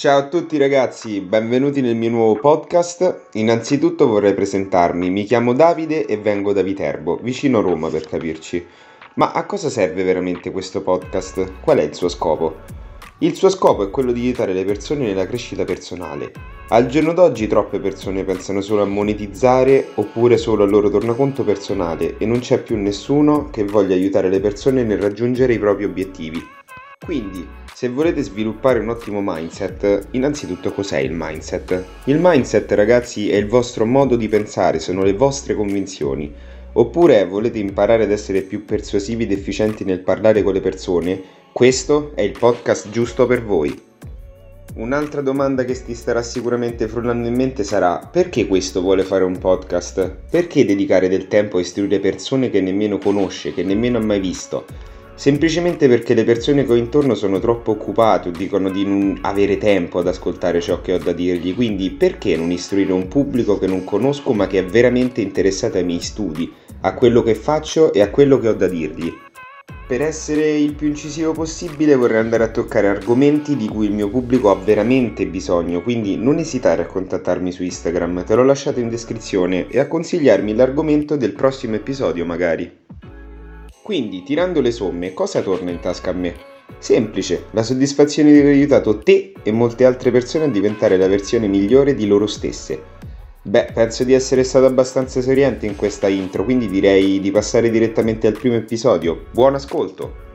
Ciao a tutti ragazzi, benvenuti nel mio nuovo podcast. Innanzitutto vorrei presentarmi, mi chiamo Davide e vengo da Viterbo, vicino Roma per capirci. Ma a cosa serve veramente questo podcast? Qual è il suo scopo? Il suo scopo è quello di aiutare le persone nella crescita personale. Al giorno d'oggi troppe persone pensano solo a monetizzare oppure solo al loro tornaconto personale e non c'è più nessuno che voglia aiutare le persone nel raggiungere i propri obiettivi. Quindi, se volete sviluppare un ottimo mindset, innanzitutto cos'è il mindset? Il mindset, ragazzi, è il vostro modo di pensare, sono le vostre convinzioni. Oppure volete imparare ad essere più persuasivi ed efficienti nel parlare con le persone? Questo è il podcast giusto per voi. Un'altra domanda che ti starà sicuramente frullando in mente sarà: perché questo vuole fare un podcast? Perché dedicare del tempo a istruire persone che nemmeno conosce, che nemmeno ha mai visto? Semplicemente perché le persone che ho intorno sono troppo occupate o dicono di non avere tempo ad ascoltare ciò che ho da dirgli, quindi perché non istruire un pubblico che non conosco ma che è veramente interessato ai miei studi, a quello che faccio e a quello che ho da dirgli? Per essere il più incisivo possibile vorrei andare a toccare argomenti di cui il mio pubblico ha veramente bisogno, quindi non esitare a contattarmi su Instagram, te l'ho lasciato in descrizione, e a consigliarmi l'argomento del prossimo episodio magari. Quindi, tirando le somme, cosa torna in tasca a me? Semplice, la soddisfazione di aver aiutato te e molte altre persone a diventare la versione migliore di loro stesse. Beh, penso di essere stato abbastanza esauriente in questa intro, quindi direi di passare direttamente al primo episodio. Buon ascolto!